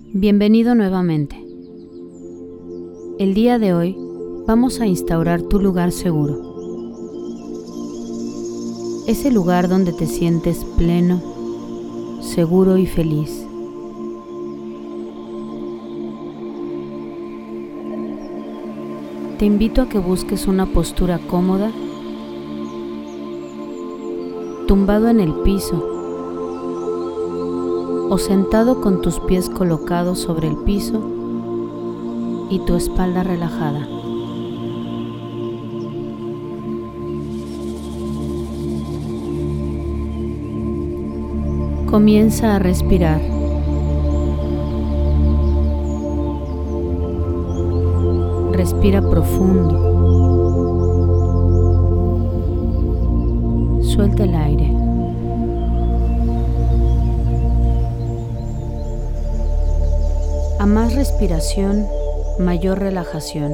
Bienvenido nuevamente. El día de hoy vamos a instaurar tu lugar seguro. Ese lugar donde te sientes pleno, seguro y feliz. Te invito a que busques una postura cómoda, tumbado en el piso o sentado con tus pies colocados sobre el piso y tu espalda relajada. Comienza a respirar. Respira profundo. Suelta el aire. A más respiración, mayor relajación.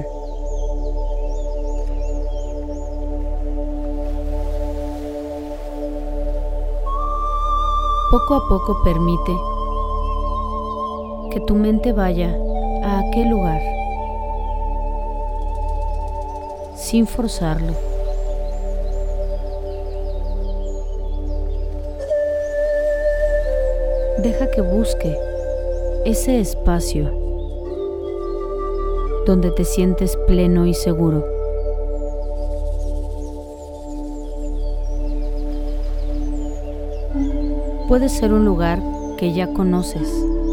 Poco a poco permite que tu mente vaya a aquel lugar, sin forzarlo. Deja que busque ese espacio donde te sientes pleno y seguro. Puede ser un lugar que ya conoces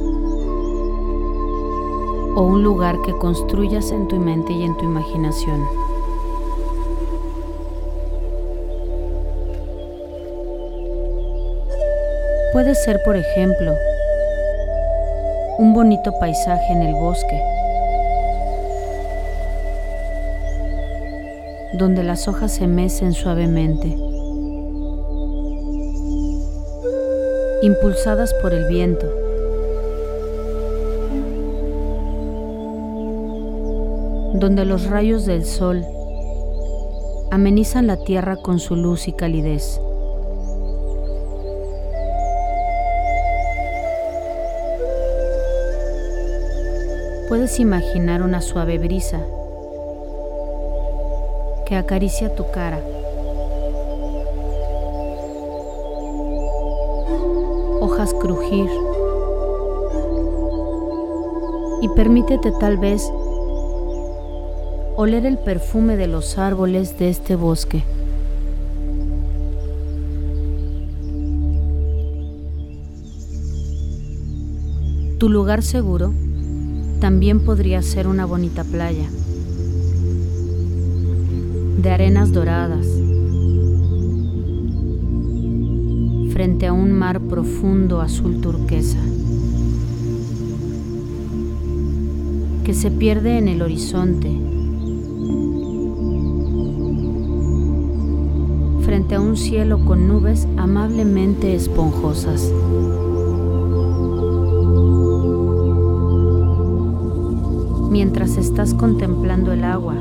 o un lugar que construyas en tu mente y en tu imaginación. Puede ser, por ejemplo, un bonito paisaje en el bosque, donde las hojas se mecen suavemente, impulsadas por el viento. Donde los rayos del sol amenizan la tierra con su luz y calidez. Puedes imaginar una suave brisa que acaricia tu cara, hojas crujir, y permítete tal vez oler el perfume de los árboles de este bosque. Tu lugar seguro también podría ser una bonita playa, de arenas doradas, frente a un mar profundo azul turquesa, que se pierde en el horizonte, frente a un cielo con nubes amablemente esponjosas. Mientras estás contemplando el agua,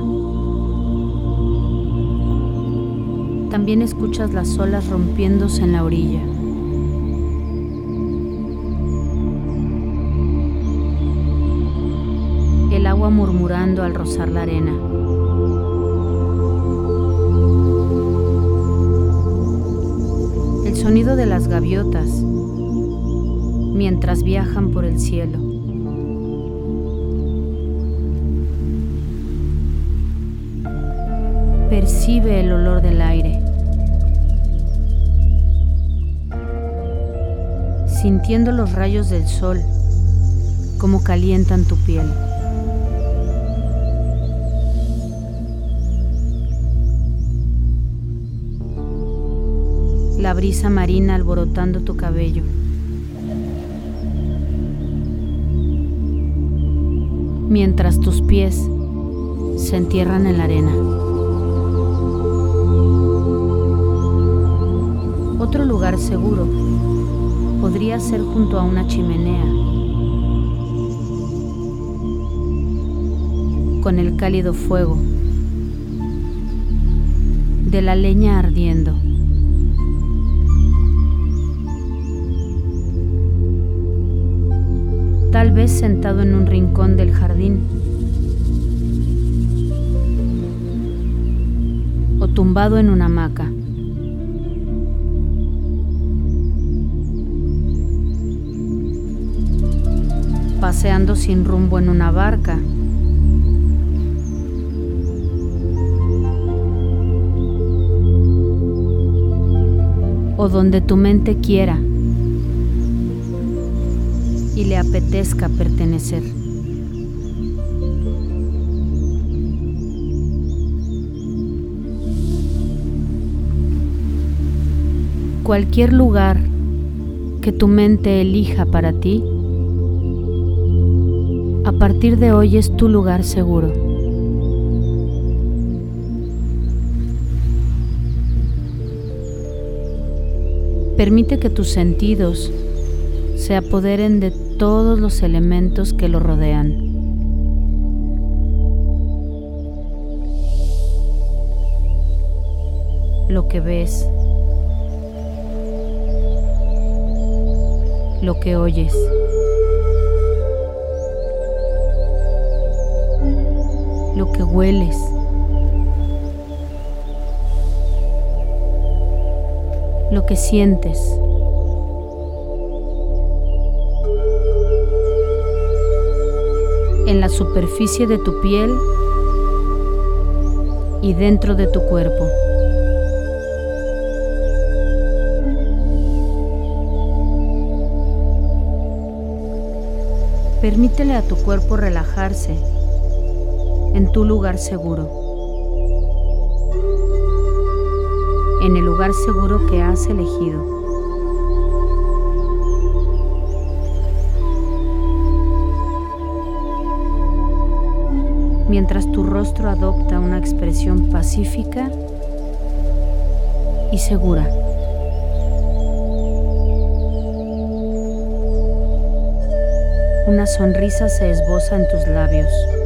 también escuchas las olas rompiéndose en la orilla. El agua murmurando al rozar la arena. El sonido de las gaviotas mientras viajan por el cielo. Percibe el olor del aire, sintiendo los rayos del sol como calientan tu piel. La brisa marina alborotando tu cabello. Mientras tus pies se entierran en la arena. Otro lugar seguro podría ser junto a una chimenea, con el cálido fuego de la leña ardiendo. Tal tal vez sentado en un rincón del jardín, o tumbado en una hamaca. Paseando sin rumbo en una barca, o donde tu mente quiera y le apetezca pertenecer. Cualquier lugar que tu mente elija para ti, a partir de hoy es tu lugar seguro. Permite que tus sentidos se apoderen de todos los elementos que lo rodean. Lo que ves, lo que oyes, lo que hueles, lo que sientes, en la superficie de tu piel y dentro de tu cuerpo. Permítele a tu cuerpo relajarse en tu lugar seguro, en el lugar seguro que has elegido. Mientras tu rostro adopta una expresión pacífica y segura. Una sonrisa se esboza en tus labios.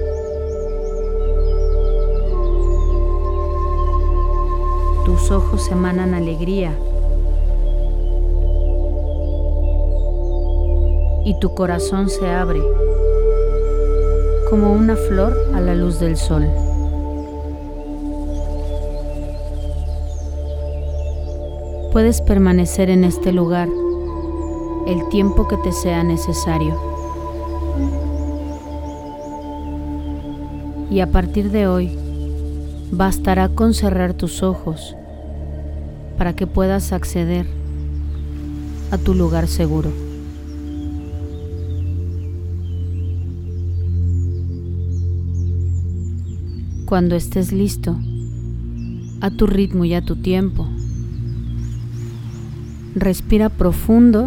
Tus ojos emanan alegría y tu corazón se abre como una flor a la luz del sol. Puedes permanecer en este lugar el tiempo que te sea necesario. Y a partir de hoy, bastará con cerrar tus ojos para que puedas acceder a tu lugar seguro. Cuando estés listo, a tu ritmo y a tu tiempo, respira profundo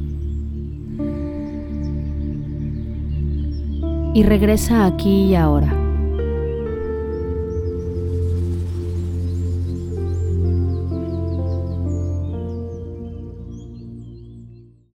y regresa aquí y ahora.